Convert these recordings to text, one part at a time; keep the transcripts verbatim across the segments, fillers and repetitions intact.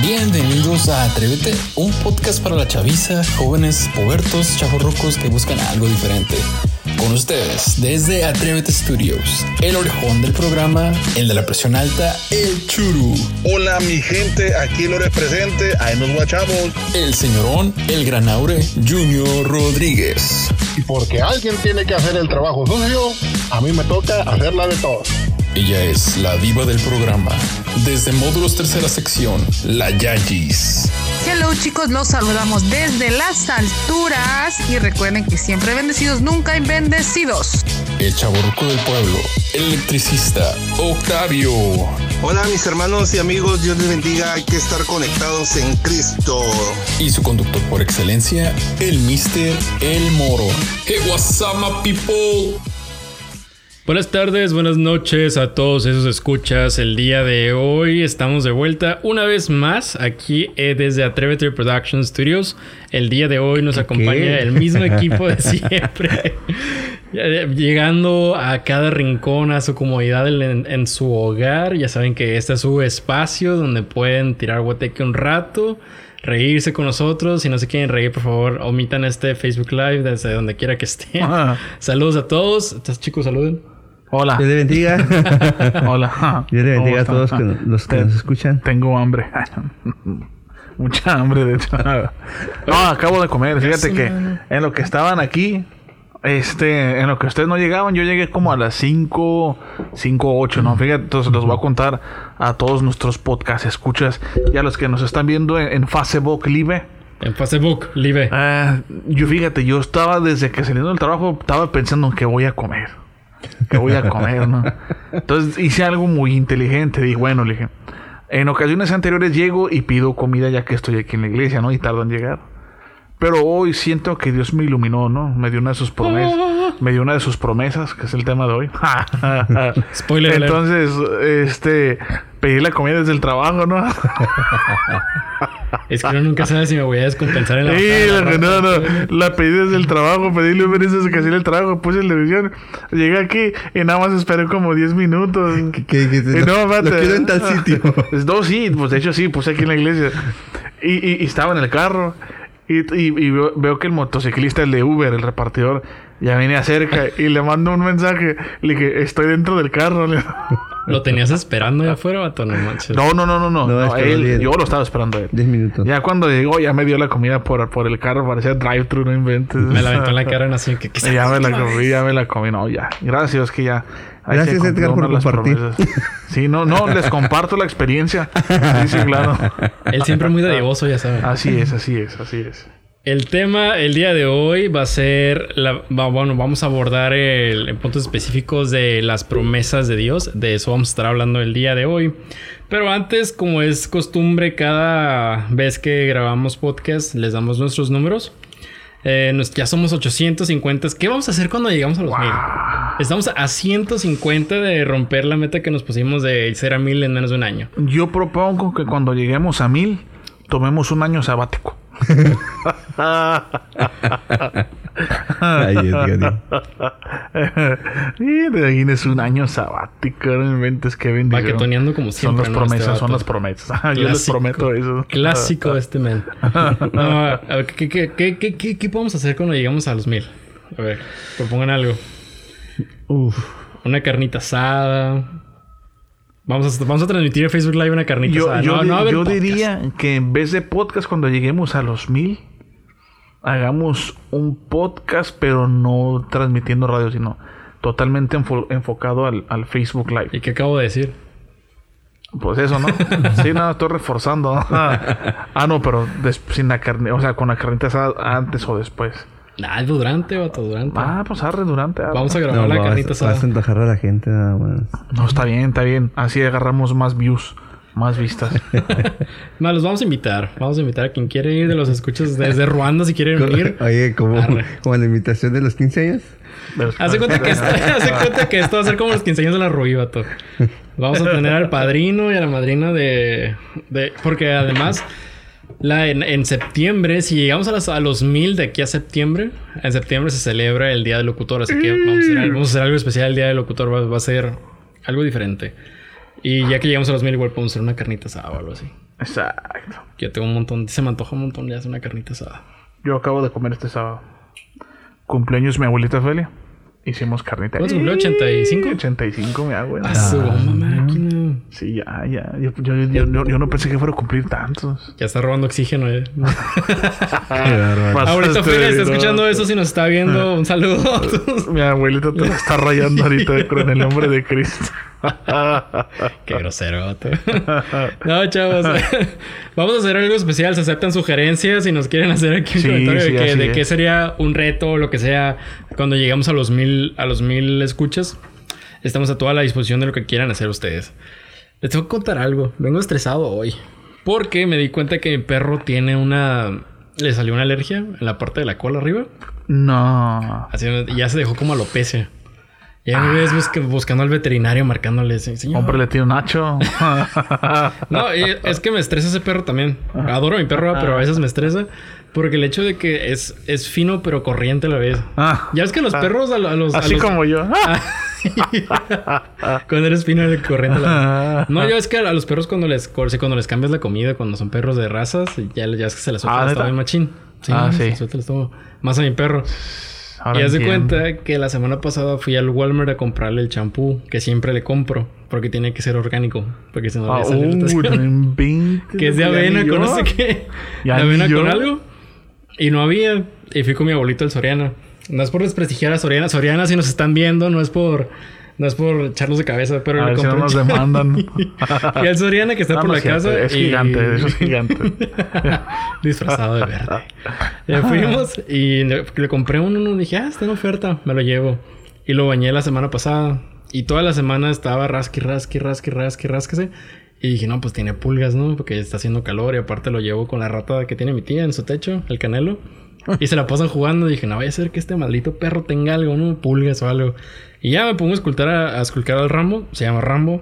Bienvenidos a Atrévete, un podcast para la chaviza, jóvenes, pubertos, chavorrucos que buscan algo diferente. Con ustedes, desde Atrévete Studios, el orejón del programa, el de la presión alta, el Churu. Hola mi gente, aquí el Ore presente, ahí nos guachamos. El señorón, el gran Aure, Junior Rodríguez. Y porque alguien tiene que hacer el trabajo sucio, a mí me toca hacerla de todos. Ella es la diva del programa, desde Módulos Tercera Sección, la Yayis. Hello chicos, los saludamos desde las alturas y recuerden que siempre bendecidos, nunca bendecidos. El chavorruco del pueblo, el electricista, Octavio. Hola mis hermanos y amigos, Dios les bendiga, hay que estar conectados en Cristo. Y su conductor por excelencia, el mister El Moro. Hey, what's up my people? Buenas tardes, buenas noches a todos esos escuchas. El día de hoy estamos de vuelta una vez más aquí eh, desde Atrévete Production Studios. El día de hoy nos acompaña ¿Qué? el mismo equipo de siempre. Llegando a cada rincón, a su comodidad en, en su hogar. Ya saben que este es su espacio donde pueden tirar guateque un rato, reírse con nosotros. Si no se quieren reír, por favor, omitan este Facebook Live desde donde quiera que estén. Ah. Saludos a todos. Estos chicos, saluden. Hola. Dios le bendiga. Hola. Dios le bendiga a todos que, los que Te, nos escuchan. Tengo hambre. Mucha hambre, de hecho. No, acabo de comer. Fíjate que en lo que estaban aquí, este, en lo que ustedes no llegaban, yo llegué como a las cinco, cinco, ocho, ¿no? Fíjate, entonces los voy a contar a todos nuestros podcast escuchas y a los que nos están viendo en, en Facebook Live. En Facebook Live. Uh, yo fíjate, yo estaba desde que saliendo del trabajo, estaba pensando en qué voy a comer. ¿Qué voy a comer, no? Entonces hice algo muy inteligente. Dije, bueno, le dije, en ocasiones anteriores llego y pido comida ya que estoy aquí en la iglesia, ¿no? Y tardo en llegar. Pero hoy siento que Dios me iluminó, ¿no? Me dio una de sus promesas. Me dio una de sus promesas, que es el tema de hoy. Spoiler. Entonces, este... pedí la comida desde el trabajo, ¿no? Es que uno nunca sabe si me voy a descompensar en la Sí, batalla, no, no, no. La pedí desde el trabajo. Pedí Uber Eats que hacía el trabajo. Puse la televisión. Llegué aquí y nada más esperé como diez minutos. ¿Qué, qué, qué, y no, lo, lo quiero en tal sitio. No, sí. Pues de hecho sí. Puse aquí en la iglesia. Y, y, y estaba en el carro. Y, y, y veo, veo que el motociclista, el de Uber, el repartidor, ya viene acerca y le mando un mensaje. Le dije, estoy dentro del carro. ¿Lo tenías esperando allá afuera, vato? No manches. No, no, no, no, no. no, no él, yo lo estaba esperando a él. Diez minutos. Ya cuando llegó, ya me dio la comida por, por el carro. Parecía drive-thru, no inventes. Me la aventó en la cara así que... que ya me la comí, ya me la comí. No, ya. Gracias, que ya... Gracias, Edgar, por compartir. Sí, no, no, les comparto la experiencia. Sí, sí, claro. Él siempre muy dadivoso, ya saben. Así es, así es, así es. El tema el día de hoy va a ser... La, va, bueno, vamos a abordar el, en puntos específicos de las promesas de Dios. De eso vamos a estar hablando el día de hoy. Pero antes, como es costumbre, cada vez que grabamos podcast, les damos nuestros números. Eh, nos, ya somos ochocientos cincuenta. ¿Qué vamos a hacer cuando llegamos a los wow. mil? Estamos a ciento cincuenta de romper la meta que nos pusimos de ser a mil en menos de un año. Yo propongo que cuando lleguemos a mil, tomemos un año sabático. Ay, Edgar. Imagínese un año sabático. No inventes, que bendición. Baquetoneando como siempre. Son las promesas, este son las promesas. Yo les prometo eso. Clásico de este men. No, a ver, ¿qué, qué, qué, qué, qué, ¿qué podemos hacer cuando llegamos a los mil? A ver, propongan algo. Uf. Una carnita asada. Vamos a, vamos a transmitir en Facebook Live una carnita yo, asada. Yo, no, no yo diría que en vez de podcast, cuando lleguemos a los mil, hagamos un podcast, pero no transmitiendo radio, sino totalmente enfo- enfocado al, al Facebook Live. ¿Y qué acabo de decir? Pues eso, ¿no? Sí, no, estoy reforzando. Ah, no, pero des- sin la carne, o sea, con la carnita asada antes o después. Nah, durante, vato, durante. Ah, pues arre, durante. Arre. Vamos a grabar no, la vas, carnita asada. Vas a entajar a la gente nada más. No, está bien, está bien. Así agarramos más views, más vistas. No, los vamos a invitar. Vamos a invitar a quien quiere ir de los escuchas desde Ruanda, si quieren ir. Oye, como, como la invitación de los quince años. Hace cuenta que esto, hace cuenta que esto va a ser como los quince años de la Rubí, vato. Vamos a tener al padrino y a la madrina de... de porque además... La, en, en septiembre, si llegamos a, las, a los mil de aquí a septiembre, en septiembre se celebra el Día del Locutor. Así que vamos a hacer, vamos a hacer algo especial. El Día del Locutor va, va a ser algo diferente. Y ya que llegamos a los mil, igual podemos hacer una carnita asada o algo así. Exacto. Yo tengo un montón, se me antoja un montón ya hacer una carnita asada. Yo acabo de comer este sábado. Cumpleaños mi abuelita Felia. Hicimos carnita. ¿Cuántos cumplió? ¿ochenta y cinco? ochenta y cinco, mi abuela. A su bomba máquina. Sí, ya, ya. Yo, yo, yo, yo, yo no pensé que fuera a cumplir tantos. Ya está robando oxígeno, eh. Qué bárbaro. Abuelita Felia está escuchando no, eso, si nos está viendo, un saludo a todos. Mi abuelita te la está rayando ahorita con el nombre de Cristo. Qué grosero, vato. No, chavos. Vamos a hacer algo especial. Se aceptan sugerencias si nos quieren hacer aquí un Sí, comentario sí, de, que, así de es. qué sería un reto o lo que sea cuando llegamos a los mil, a los mil escuchas. Estamos a toda la disposición de lo que quieran hacer ustedes. Les tengo que contar algo. Vengo estresado hoy porque me di cuenta que mi perro tiene una... Le salió una alergia en la parte de la cola arriba. No. Así ya se dejó como alopecia. Ya me ves busca- buscando al veterinario marcándole, señor. Cómprale tío Nacho. No, y es que me estresa ese perro también. Adoro a mi perro, pero a veces me estresa. Porque el hecho de que es, es fino pero corriente a la vez. Ah. Ya ves que los perros a, lo- a los... a Así los- como yo. cuando eres fino y corriente a la vez. No, ya ves que a los perros cuando les, cuando les cambias la comida, cuando son perros de razas, ya, ya es que se les suelta Ah, el ¿neta? estómago bien machín. Sí, Ah, se sí. les suelta el estómago. Más a mi perro. Ahora Y haz de entiendo. cuenta que la semana pasada fui al Walmart a comprarle el champú que siempre le compro. Porque tiene que ser orgánico. Porque si no Ah, le sale uh, irritación. no inventes, Que es de ya ni avena yo. con no sé qué. Ya De ni avena yo. con algo. Y no había. Y fui con mi abuelito al Soriana. No es por desprestigiar a Soriana. Soriana, si nos están viendo, no es por... No es por echarlos de cabeza, pero A le ver si no compré nos un champú. demandan. Y al Soriana que está No, por no la es cierto, casa. es y- gigante, eso es gigante. Disfrazado de verde. Ya fuimos y le, le compré uno y dije, ah, está en oferta, me lo llevo. Y lo bañé la semana pasada. Y toda la semana estaba rasqui, rasqui, rasqui, rasqui, rasquese. Y dije, no, pues tiene pulgas, ¿no? Porque está haciendo calor y aparte lo llevo con la rata que tiene mi tía en su techo, el Canelo. Y se la pasan jugando. Y dije, no vaya a ser que este maldito perro tenga algo, ¿no? Pulgas o algo. Y ya me pongo a escultar, a, a esculcar al Rambo. Se llama Rambo.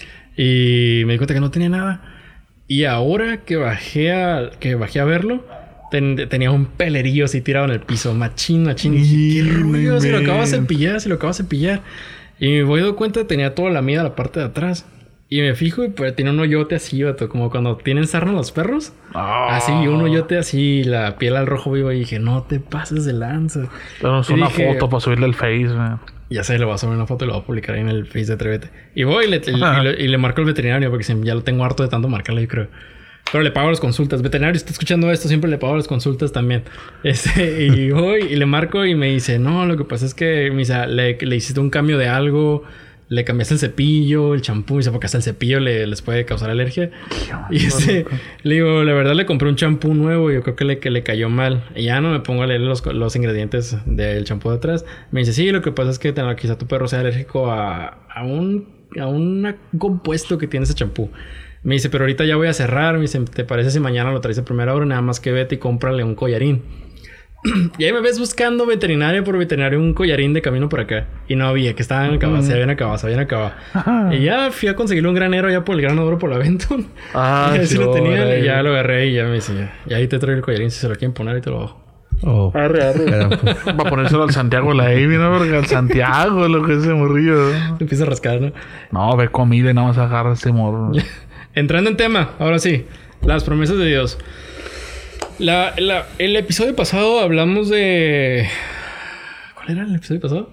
Y me di cuenta que no tenía nada. Y ahora que bajé a, que bajé a verlo, ten- tenía un pelerillo así tirado en el piso. Machín, machín. Y dije, ¿qué rollo? Si lo acabo de cepillar, si lo acabo de cepillar. Y me voy dando cuenta que tenía toda la mida la parte de atrás. Y me fijo y pues, tiene un hoyote así, vato, como cuando tienen sarna los perros. Ah. Así, un hoyote así, la piel al rojo vivo. Y dije, no te pases de lanza. Tenemos Y una dije, foto para subirle al Face, man. Ya sé, le voy a subir una foto y lo voy a publicar ahí en el Face de Atrévete. Y voy y le, y, y le, y le marco al veterinario porque se- ya lo tengo harto de tanto marcarle, yo creo. Pero le pago las consultas. Veterinario, si está escuchando esto, siempre le pago las consultas también. Este, y voy y le marco y me dice, no, lo que pasa es que me dice, le, le hiciste un cambio de algo, le cambiaste el cepillo, el champú, dice, porque hasta el cepillo le, les puede causar alergia. Y este, le digo, la verdad le compré un champú nuevo y yo creo que le, que le cayó mal. Y ya no me pongo a leer los, los ingredientes del champú de atrás. Me dice, sí, lo que pasa es que te- quizá tu perro sea alérgico a, a un a una- un compuesto que tiene ese champú. Me dice, pero ahorita ya voy a cerrar. Me dice, ¿te parece si mañana lo traes a primera hora? Nada más que vete y cómprale un collarín. Y ahí me ves buscando veterinario por veterinario un collarín de camino por acá. Y no había, que estaban acabados, se habían acabado, se habían acabado. Y ya fui a conseguirle un granero allá por el Gran Oro por la Venton. Ah, y así lo sí, tenía órale. y ya lo agarré y ya me dice, y ahí te traigo el collarín si se lo quieren poner y te lo bajo. Oh, Arre, arre. pero, pues, Va a ponérselo al Santiago la Avi, ¿no? Porque al Santiago, lo que es ese morrillo. Empieza a rascar, ¿no? No, ve comida y nada más agarra ese morro. Entrando en tema, ahora sí, las promesas de Dios. La, la- el episodio pasado hablamos de... ¿Cuál era el episodio pasado?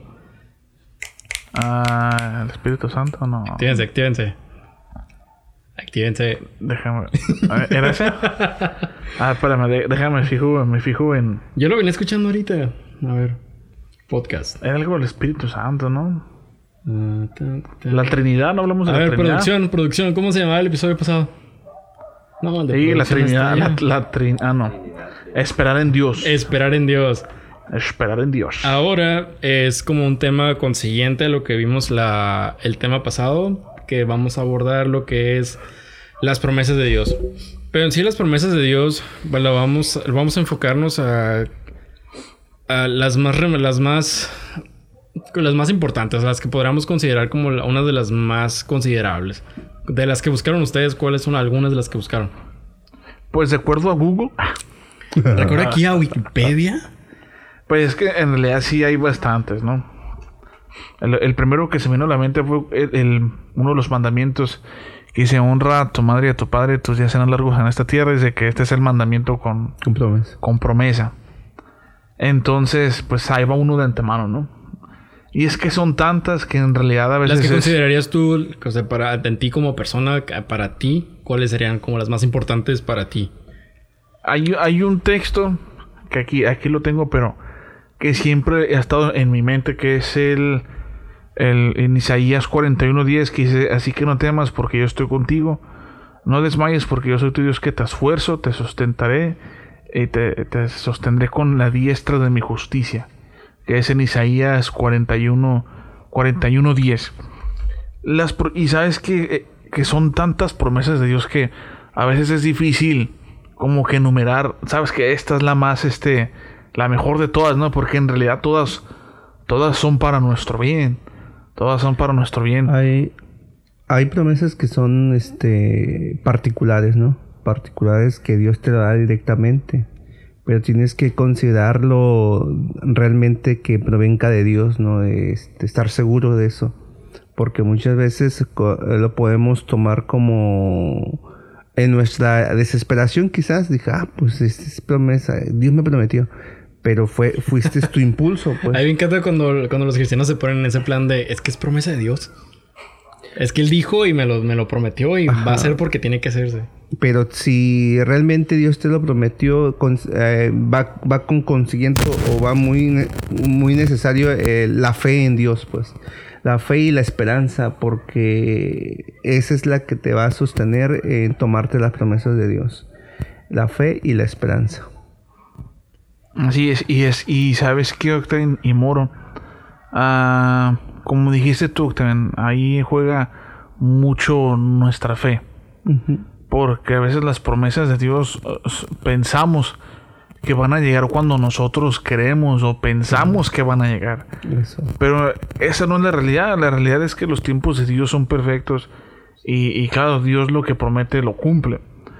Ah, el Espíritu Santo, no. Actívense, actívense. Actívense. Déjame. A ver, ¿era ese? Ah, espérame, de- déjame, me fijo, me fijo en. Yo lo venía escuchando ahorita. A ver. Podcast. Era algo del Espíritu Santo, ¿no? Ah, tan, tan. La Trinidad, no hablamos de A la ver, Trinidad. producción, producción. ¿Cómo se llamaba el episodio pasado? No, el de Sí, la producción Trinidad, está la, allá. la Trin... Ah, no. Esperar en Dios. Esperar en Dios. Esperar en Dios. Ahora es como un tema consiguiente a lo que vimos la, el tema pasado, que vamos a abordar lo que es las promesas de Dios. Pero en sí las promesas de Dios, bueno, vamos, vamos a enfocarnos a, a las más rem- las más las más importantes, las que podríamos considerar como la- una de las más considerables. De las que buscaron ustedes, ¿cuáles son algunas de las que buscaron? Pues de acuerdo a Google, Recuerda aquí a Wikipedia. pues es que en realidad sí hay bastantes, ¿no? El, el primero que se me vino a la mente fue el, el- uno de los mandamientos que dice, honra a tu madre y a tu padre, tus días serán largos en esta tierra. Dice que este es el mandamiento con, con promesa. Con promesa. Entonces, pues ahí va uno de antemano, ¿no? Y es que son tantas que en realidad a veces... Las que es... considerarías tú, o sea, para en ti como persona, para ti, ¿cuáles serían como las más importantes para ti? Hay, hay un texto que aquí, aquí lo tengo, pero que siempre ha estado en mi mente, que es el... El, en Isaías cuarenta y uno diez, que dice, así que no temas porque yo estoy contigo, no desmayes porque yo soy tu Dios que te esfuerzo, te sustentaré y te, te sostendré con la diestra de mi justicia, que es en Isaías cuarenta y uno diez. Las, y sabes que, que son tantas promesas de Dios que a veces es difícil como que enumerar, sabes que esta es la más, este, la mejor de todas, ¿no? Porque en realidad todas, todas son para nuestro bien. Todas son para nuestro bien. Hay, hay promesas que son este particulares, ¿no? Particulares que Dios te da directamente. Pero tienes que considerarlo realmente que provenga de Dios, ¿no? Este, estar seguro de eso. Porque muchas veces lo podemos tomar como... En nuestra desesperación quizás dije, ah, pues esta es promesa. Dios me prometió. Pero fue, fuiste tu impulso, pues. A mí me encanta cuando, cuando los cristianos se ponen en ese plan de... Es que es promesa de Dios. Es que Él dijo y me lo, me lo prometió y Ajá. va a ser porque tiene que hacerse. Pero si realmente Dios te lo prometió, con, eh, va, va con consiguiente o va muy, muy necesario eh, la fe en Dios, pues. La fe y la esperanza, porque esa es la que te va a sostener en tomarte las promesas de Dios. La fe y la esperanza. Así es, y es, y sabes que Octavio y Moro, uh, como dijiste tú, Octavio, ahí juega mucho nuestra fe. Uh-huh. Porque a veces las promesas de Dios uh, pensamos que van a llegar cuando nosotros creemos o pensamos uh-huh. que van a llegar. Eso. Pero esa no es la realidad. La realidad es que los tiempos de Dios son perfectos y, y claro, Dios lo que promete lo cumple.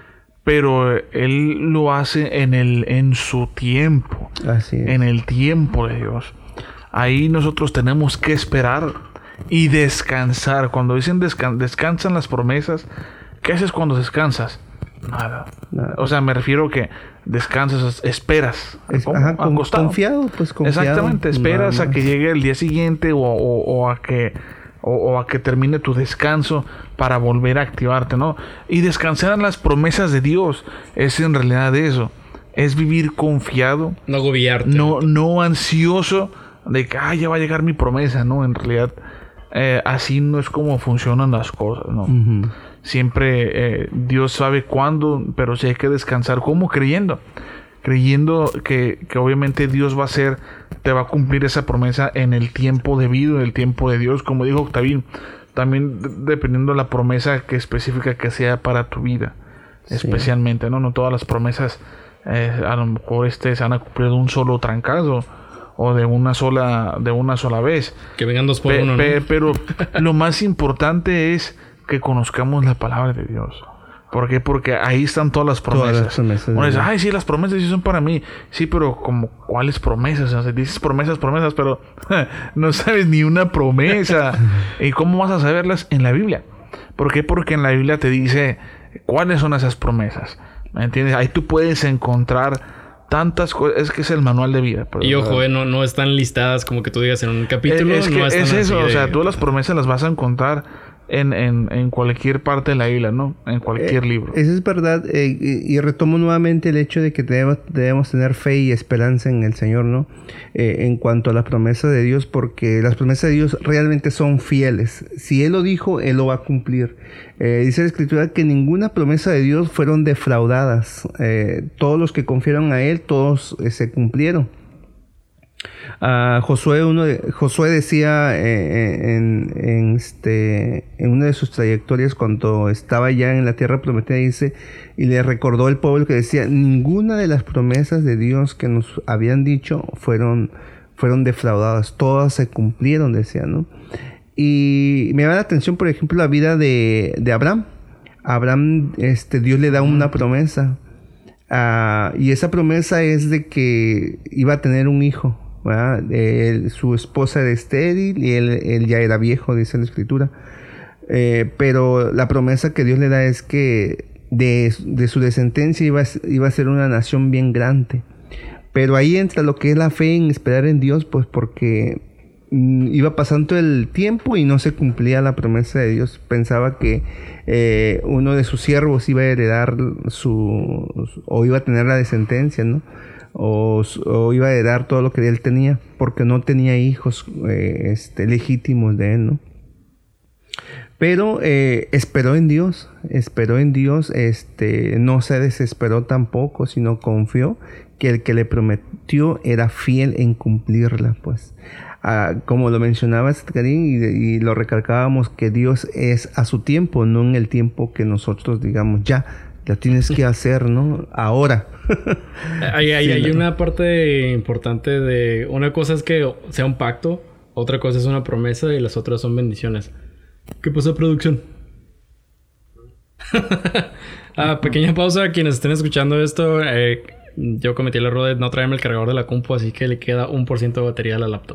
Pero Él lo hace en el en su tiempo. Así es. En el tiempo de Dios. Ahí nosotros tenemos que esperar y descansar. Cuando dicen descan- descansan las promesas, ¿qué haces cuando descansas? Nada. Nada. O sea, me refiero que descansas, esperas. Es, ajá, confiado, pues confiado. Exactamente, esperas a que llegue el día siguiente o, o, o a que... O, o a que termine tu descanso para volver a activarte, ¿no? Y descansar en las promesas de Dios es en realidad eso. Es vivir confiado. No agobiarte. No, no ansioso de que, ah, ya va a llegar mi promesa, ¿no? En realidad, eh, así no es como funcionan las cosas, ¿no? Uh-huh. Siempre eh, Dios sabe cuándo, pero sí hay que descansar. ¿Cómo? Creyendo. Creyendo que, que obviamente Dios va a hacer, te va a cumplir esa promesa en el tiempo debido, en el tiempo de Dios, como dijo Octavín, también d- dependiendo de la promesa que específica que sea para tu vida, sí. Especialmente, ¿no? No todas las promesas eh, a lo mejor este, se van a cumplir de un solo trancazo o de una sola, de una sola vez. Que vengan dos por pe- uno, pe- ¿no? Pero lo más importante es que conozcamos la palabra de Dios. ¿Por qué? Porque ahí están todas las promesas. Todas las promesas. Uno dice, ay, sí, las promesas sí son para mí. Sí, pero como, ¿cuáles promesas? O sea, dices promesas, promesas, pero no sabes ni una promesa. ¿Y cómo vas a saberlas? En la Biblia. ¿Por qué? Porque en la Biblia te dice cuáles son esas promesas. ¿Me entiendes? Ahí tú puedes encontrar tantas cosas. Es que es el manual de vida. Pero, y ojo, eh, no, no están listadas como que tú digas en un capítulo. Es, es, que no es eso, de... o sea, tú las promesas las vas a encontrar En, en, en cualquier parte de la isla, ¿no? En cualquier eh, libro. Eso es verdad. Eh, y, y retomo nuevamente el hecho de que debemos, debemos tener fe y esperanza en el Señor, ¿no? Eh, en cuanto a las promesas de Dios, porque las promesas de Dios realmente son fieles. Si Él lo dijo, Él lo va a cumplir. Eh, dice la Escritura que ninguna promesa de Dios fueron defraudadas. Eh, todos los que confiaron a Él, todos eh, se cumplieron. Uh, Josué, uno de, Josué decía eh, en, en, este, en una de sus trayectorias cuando estaba ya en la tierra prometida, dice, y le recordó al pueblo que decía, ninguna de las promesas de Dios que nos habían dicho fueron, fueron defraudadas, todas se cumplieron, decía, ¿no? Y me llama la atención, por ejemplo, la vida de, de Abraham. Abraham, este, Dios le da una promesa, uh, y esa promesa es de que iba a tener un hijo. Él, su esposa era estéril y él, él ya era viejo, dice la Escritura. Eh, pero la promesa que Dios le da es que de, de su descendencia iba, iba a ser una nación bien grande. Pero ahí entra lo que es la fe en esperar en Dios, pues porque mm, iba pasando el tiempo y no se cumplía la promesa de Dios. Pensaba que eh, uno de sus siervos iba a heredar su, o iba a tener la descendencia, ¿no? O, o iba a heredar todo lo que él tenía, porque no tenía hijos eh, este, legítimos de él, ¿no? Pero eh, esperó en Dios, esperó en Dios, este, no se desesperó tampoco, sino confió que el que le prometió era fiel en cumplirla, pues. Ah, como lo mencionabas, Karim, y, y lo recalcábamos, que Dios es a su tiempo, no en el tiempo que nosotros digamos, ya, ya tienes que hacer, ¿no? Ahora. hay hay, Sí, hay ¿no? una parte importante de... Una cosa es que sea un pacto, otra cosa es una promesa y las otras son bendiciones. ¿Qué pasó, producción? ah, pequeña pausa. Quienes estén escuchando esto, eh, yo cometí el error de no traerme el cargador de la compu, así que le queda un por ciento de batería a la laptop.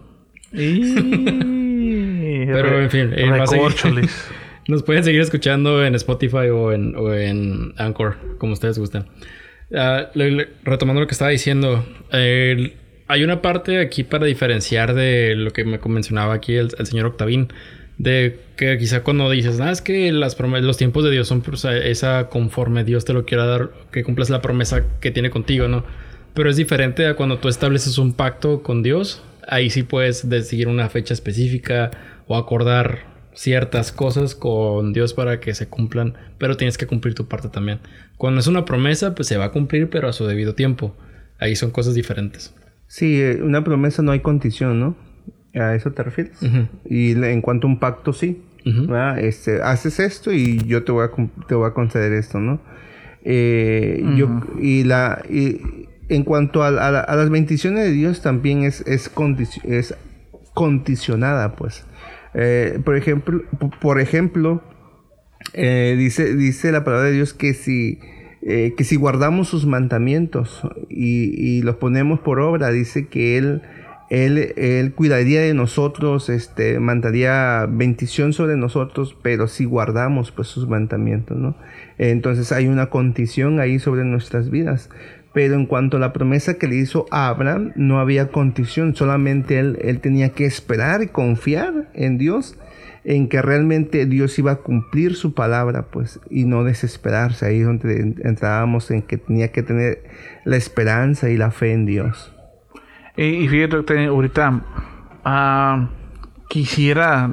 Y... Pero en fin, eh, va a seguir. Recorcholis. Nos pueden seguir escuchando en Spotify o en, o en Anchor, como ustedes gusten. Uh, le, le, retomando lo que estaba diciendo, eh, hay una parte aquí para diferenciar de lo que me mencionaba aquí el, el señor Octavín. De que quizá cuando dices, ah, es que las prom- los tiempos de Dios son pues, esa conforme Dios te lo quiera dar, que cumplas la promesa que tiene contigo, ¿no? Pero es diferente a cuando tú estableces un pacto con Dios. Ahí sí puedes decidir una fecha específica o acordar ciertas cosas con Dios para que se cumplan, pero tienes que cumplir tu parte también. Cuando es una promesa, pues se va a cumplir, pero a su debido tiempo. Ahí son cosas diferentes. Sí, una promesa no hay condición, ¿no? ¿A eso te refieres? Uh-huh. Y en cuanto a un pacto, sí. Uh-huh. Este, haces esto y yo te voy a, te voy a conceder esto, ¿no? Eh, uh-huh. yo, y, la, y en cuanto a, a, a las bendiciones de Dios también es, es, condici- es condicionada, pues. Eh, por ejemplo, por ejemplo eh, dice, dice la palabra de Dios que si, eh, que si guardamos sus mandamientos y, y los ponemos por obra, dice que Él... Él, él cuidaría de nosotros, este, mandaría bendición sobre nosotros, pero si guardamos pues sus mandamientos, ¿no? Entonces hay una condición ahí sobre nuestras vidas. Pero en cuanto a la promesa que le hizo a Abraham, no había condición, solamente él, él tenía que esperar y confiar en Dios, en que realmente Dios iba a cumplir su palabra, pues, y no desesperarse. Ahí es donde entrábamos en que tenía que tener la esperanza y la fe en Dios. Y fíjate que ahorita uh, quisiera,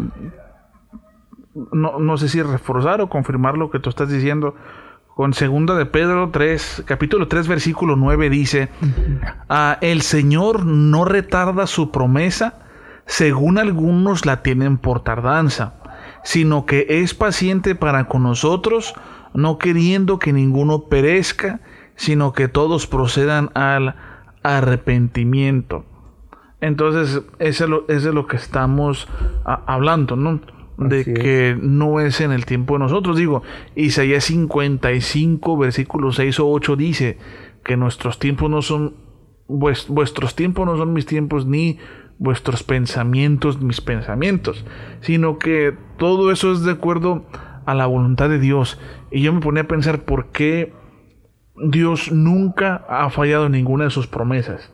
no, no sé si reforzar o confirmar lo que tú estás diciendo. Con segunda de Pedro tres, capítulo tres, versículo nueve dice, uh, el Señor no retarda su promesa, según algunos la tienen por tardanza, sino que es paciente para con nosotros, no queriendo que ninguno perezca, sino que todos procedan al arrepentimiento. Entonces, eso es lo, eso es lo que estamos a, hablando, ¿no? De Así que es. No es en el tiempo de nosotros. Digo, Isaías cincuenta y cinco, versículos seis o ocho dice que nuestros tiempos no son, vuest, vuestros tiempos no son mis tiempos, ni vuestros pensamientos mis pensamientos, sino que todo eso es de acuerdo a la voluntad de Dios. Y yo me ponía a pensar por qué Dios nunca ha fallado en ninguna de sus promesas.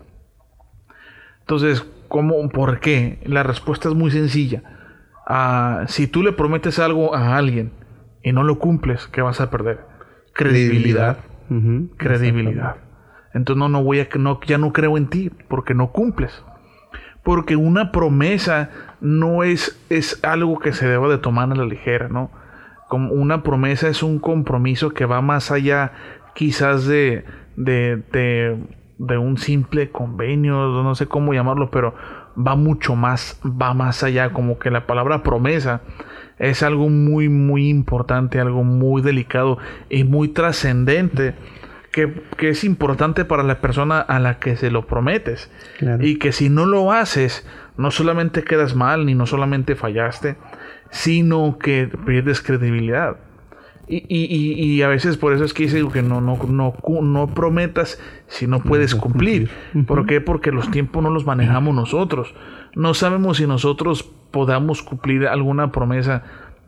Entonces, ¿cómo? ¿Por qué? La respuesta es muy sencilla. Uh, si tú le prometes algo a alguien y no lo cumples, ¿qué vas a perder? Credibilidad. Uh-huh. Credibilidad. Entonces, no, no voy a, no, ya no creo en ti porque no cumples. Porque una promesa no es, es algo que se deba de tomar a la ligera, ¿no? Como una promesa es un compromiso que va más allá quizás de, de, de, de un simple convenio, no sé cómo llamarlo, pero va mucho más, va más allá. Como que la palabra promesa es algo muy, muy importante, algo muy delicado y muy trascendente, que, que es importante para la persona a la que se lo prometes. Claro. Y que si no lo haces, no solamente quedas mal, ni no solamente fallaste, sino que pierdes credibilidad. Y, y, y a veces por eso es que dice que no, no, no, no prometas si no puedes cumplir. ¿Por qué? Porque los tiempos no los manejamos nosotros. No sabemos si nosotros podamos cumplir alguna promesa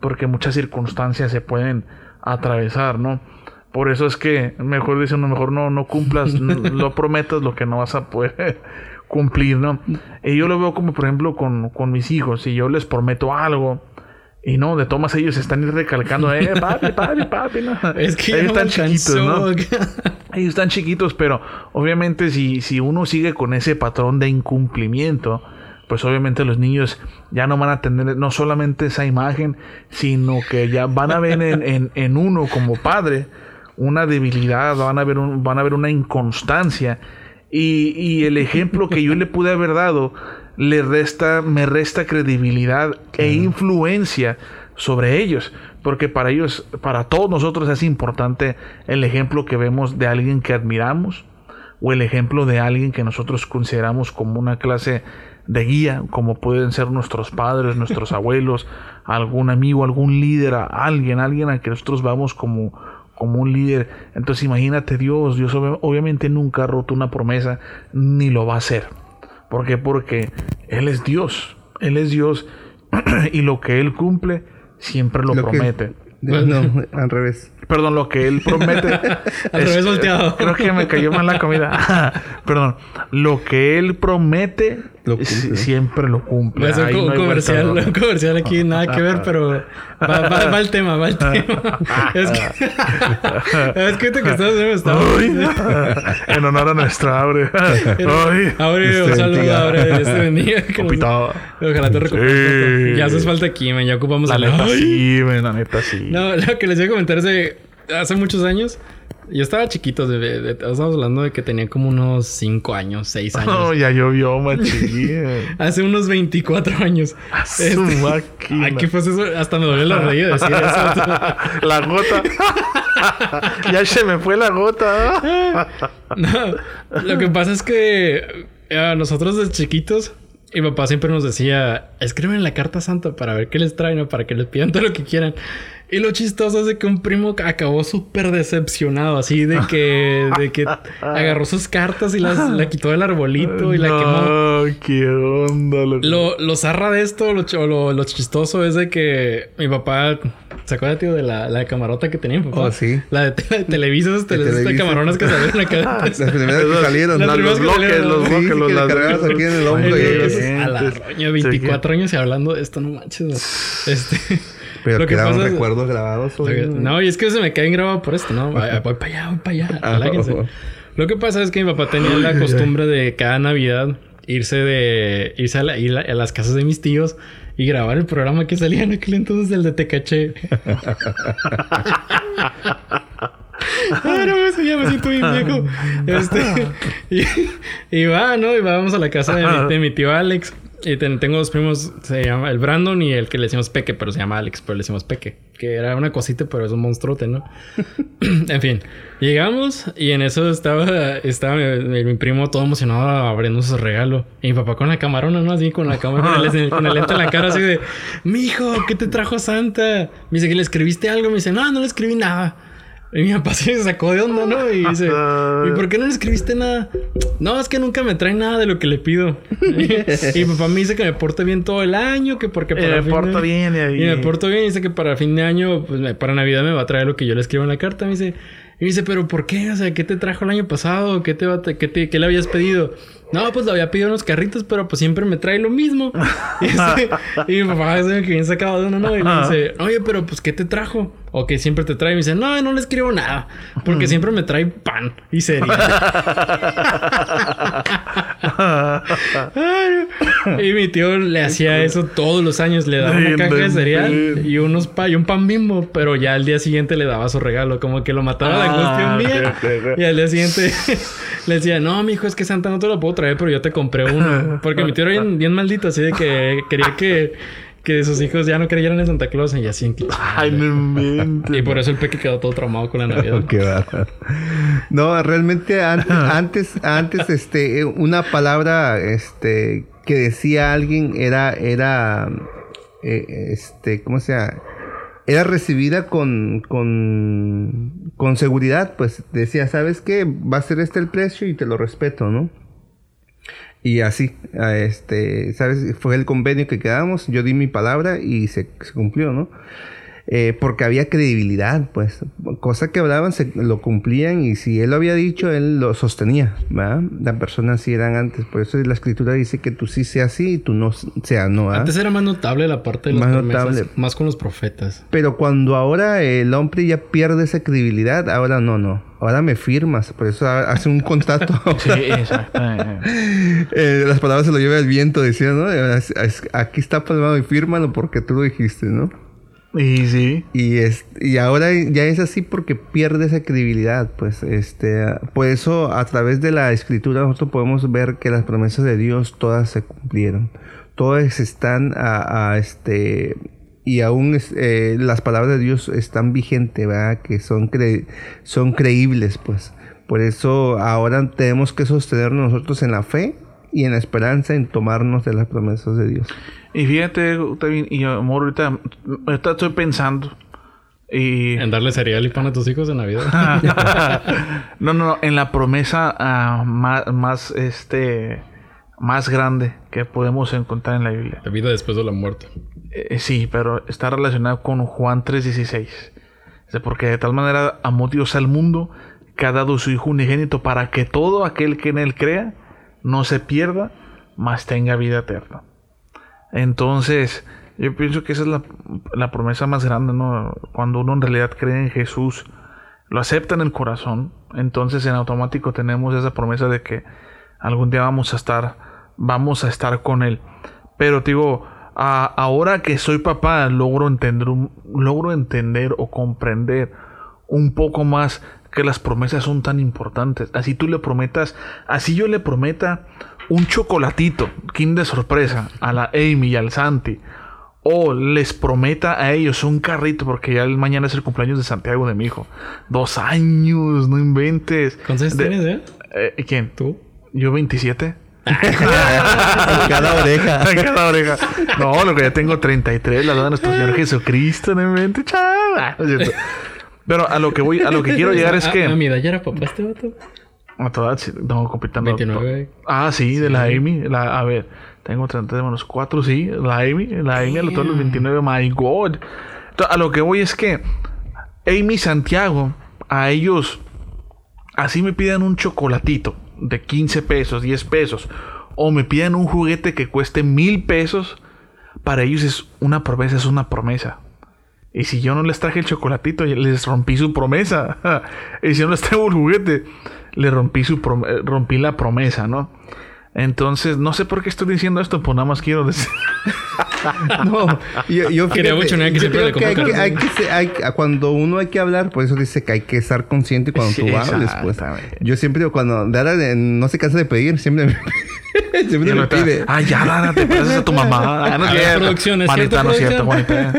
porque muchas circunstancias se pueden atravesar, ¿no? Por eso es que mejor dicen, mejor no, no cumplas, no, no prometas lo que no vas a poder cumplir, ¿no? Y yo lo veo como, por ejemplo, con, con mis hijos. Si yo les prometo algo y no, de tomas ellos están recalcando, eh, papi, papi, papi, ¿no? Es que ellos no están chiquitos, ¿no? alcanzó. Ellos están chiquitos, pero obviamente si, si uno sigue con ese patrón de incumplimiento, pues obviamente los niños ya no van a tener no solamente esa imagen, sino que ya van a ver en, en, en uno como padre una debilidad, van a ver, un, van a ver una inconstancia. Y, y el ejemplo que yo le pude haber dado le resta, me resta credibilidad e influencia sobre ellos, porque para ellos, para todos nosotros es importante el ejemplo que vemos de alguien que admiramos o el ejemplo de alguien que nosotros consideramos como una clase de guía, como pueden ser nuestros padres, nuestros abuelos, algún amigo, algún líder, alguien, alguien a que nosotros vamos como como un líder. Entonces imagínate, Dios, Dios obviamente nunca ha roto una promesa, ni lo va a hacer. ¿Por qué? Porque Él es Dios, Él es Dios y lo que Él cumple siempre lo, lo promete. Que, no, al revés. Perdón, lo que Él promete. Al es, revés volteado. Creo que me cayó mal la comida. Perdón. Lo que Él promete lo siempre lo cumple. Es un, Ay, no comercial, un comercial aquí, nada que ver, pero va, va, va el tema, va el tema. Es que, es que te que estás haciendo en honor a nuestra Aure. Aure, un saludo, Aure, Dios te bendiga. Compitado. Ojalá te recuperes. Sí. Ya haces falta aquí, man, ya ocupamos la neta sí, man, la neta sí. No, lo que les iba a comentar es de hace muchos años. Yo estaba chiquito, de, de, de, estábamos hablando de que tenía como unos cinco años, seis años. No, oh, ya llovió, machín. Hace unos veinticuatro años. A su este, máquina. Ay, ¿qué fue eso? Hasta me dolió la rodilla decir eso. La gota. Ya se me fue la gota. No, lo que pasa es que a nosotros desde chiquitos, mi papá siempre nos decía, escriben la carta santa para ver qué les traen o para que les pidan todo lo que quieran. Y lo chistoso es de que un primo acabó súper decepcionado, así de que, de que agarró sus cartas y las la quitó del arbolito y la no, quemó. ¿Qué onda? Lo, lo, lo zarra de esto, lo, lo, lo chistoso es de que mi papá, ¿se acuerda, tío, de la, la camarota que tenía mi papá? Oh, sí. La de, la de Televisa, esas televisas de camaronas que salieron acá. Las primeras que salieron. Las los bloques, los bloques, los que cargabas aquí en el hombro. A la roña, veinticuatro años y hablando de esto, no manches. Este... Pero lo que eran pasa recuerdos grabados. O sea, no, y es que se me quedan grabados por esto, ¿no? Voy para allá, voy para allá. Aláguense. Lo que pasa es que mi papá tenía la costumbre de cada Navidad irse de irse a, la, ir a las casas de mis tíos y grabar el programa que salía en aquel entonces, el de Te Caché. Ay, no, eso ya me siento bien viejo. Este, y, y va, ¿no? Y vamos a la casa de mi, de mi tío Alex. Y ten, tengo dos primos, se llama el Brandon y el que le decimos Peque, pero se llama Alex, pero le decimos Peque. Que era una cosita, pero es un monstruote, ¿no? En fin, llegamos y en eso estaba, estaba mi, mi primo todo emocionado abriendo su regalo. Y mi papá con la camarona, ¿no? Así con la cámara, con el, con el lente en la cara, así de... Mijo, ¿qué te trajo Santa? Me dice que le escribiste algo. Me dice, no, no le escribí nada. Y mi papá se sacó de onda, ¿no? Y dice, ¿y por qué no le escribiste nada? No, es que nunca me trae nada de lo que le pido. Y, y mi papá me dice que me porte bien todo el año, que porque para y me porto de... bien. Y, y me porto bien. Y dice que para fin de año, pues me, para Navidad me va a traer lo que yo le escribo en la carta. Me dice, y me dice, ¿pero por qué? O sea, ¿qué te trajo el año pasado? ¿Qué te, va te, qué te qué le habías pedido? No, pues le había pedido unos carritos, pero pues siempre me trae lo mismo. Y, ese, y mi papá es que bien sacado de uno, ¿no? Y me dice, oye, pero pues ¿qué te trajo? O que siempre te trae. Y me dice, no, no le escribo nada. Porque siempre me trae pan y cereal. Y mi tío le hacía eso todos los años. Le daba una caja de cereal y unos pa y un pan Bimbo. Pero ya al día siguiente le daba su regalo. Como que lo mataba la cuestión mía. Y al día siguiente le decía, no, mijo, es que Santa no te lo puedo traer, pero yo te compré uno. Porque mi tío era bien, bien maldito. Así de que quería que... que sus hijos ya no creyeran en Santa Claus y así en que... Ay, no inventes. Y por eso el Peque quedó todo traumado con la Navidad. Qué bárbaro. No, realmente antes, antes, antes, este, una palabra, este, que decía alguien era, era, eh, este, ¿cómo se llama? Era recibida con, con, con seguridad, pues decía, ¿sabes qué? Va a ser este el precio y te lo respeto, ¿no? Y así, a este, ¿sabes? Fue el convenio que quedamos, yo di mi palabra y se, se cumplió, ¿no? Eh, porque había credibilidad, pues. Cosa que hablaban, se lo cumplían y si él lo había dicho, él lo sostenía, ¿verdad? Las personas sí eran antes. Por eso la escritura dice que tú sí seas sí y tú no seas no, ¿verdad? Antes era más notable la parte de las más promesas, notable. Más con los profetas. Pero cuando ahora el hombre ya pierde esa credibilidad, ahora no, no. Ahora me firmas. Por eso hace un contrato. Sí, exacto. eh, las palabras se lo lleva el viento, decía, ¿no? Aquí está palmado y fírmalo porque tú lo dijiste, ¿no? Y sí. Y, es, y ahora ya es así porque pierde esa credibilidad, pues. este Por eso, a través de la escritura, nosotros podemos ver que las promesas de Dios todas se cumplieron. Todas están a, a este... Y aún eh, las palabras de Dios están vigentes, ¿verdad? Que son, cre son creíbles, pues. Por eso ahora tenemos que sostenernos nosotros en la fe y en la esperanza en tomarnos de las promesas de Dios. Y fíjate, y amor, ahorita, ahorita estoy pensando. Y... ¿En darle cereal y pan a tus hijos en Navidad? no, no, no. En la promesa uh, más, más, este, más grande que podemos encontrar en la Biblia. La vida después de la muerte. Eh, sí, pero está relacionado con Juan tres dieciséis. Porque de tal manera amó Dios al mundo que ha dado su Hijo unigénito para que todo aquel que en él crea no se pierda, mas tenga vida eterna. Entonces, yo pienso que esa es la, la promesa más grande, ¿no? Cuando uno en realidad cree en Jesús, lo acepta en el corazón, entonces en automático tenemos esa promesa de que algún día vamos a estar, vamos a estar con Él. Pero te digo, a, ahora que soy papá, logro entender, un, logro entender o comprender un poco más que las promesas son tan importantes. Así tú le prometas, así yo le prometa un chocolatito, Kinder sorpresa, a la Amy y al Santi, o les prometa a ellos un carrito, porque ya el mañana es el cumpleaños de Santiago, de mi hijo. Dos años, no inventes. ¿Cuántos años tienes, eh? eh? ¿Quién? ¿Tú? Yo veintisiete. En cada oreja. En cada oreja. No, lo que ya tengo treinta y tres, la edad de nuestro Señor Jesucristo, no inventes, chaval. Pero a lo que voy, a lo que quiero llegar es que... ¿A, a mi edad ya era papá este vato? A todas, no, completando. veintinueve. Ah, sí, de sí. La Amy. La, a ver, tengo treinta menos cuatro, sí. La Amy, la Amy a todos los veintinueve, my God. Entonces, a lo que voy es que Amy y Santiago, a ellos, así me piden un chocolatito de quince pesos, diez pesos, o me piden un juguete que cueste mil pesos, para ellos es una promesa, es una promesa. Y si yo no les traje el chocolatito, les rompí su promesa. Y si yo no les traigo el juguete, le rompí su prom rompí la promesa, ¿no? Entonces, no sé por qué estoy diciendo esto, pues nada más quiero decir. No, yo, yo quería mucho que siempre le que hay que, hay que, hay, cuando uno hay que hablar, por eso dice que hay que estar consciente cuando sí, tú hables, pues. Yo siempre digo, cuando Dara no se cansa de pedir, siempre me siempre me pide. Ah, ya, Dara, te pareces a tu mamá. Ah, no, a es producción, ¿es Juanita, cierto, no es cierto, Juanita.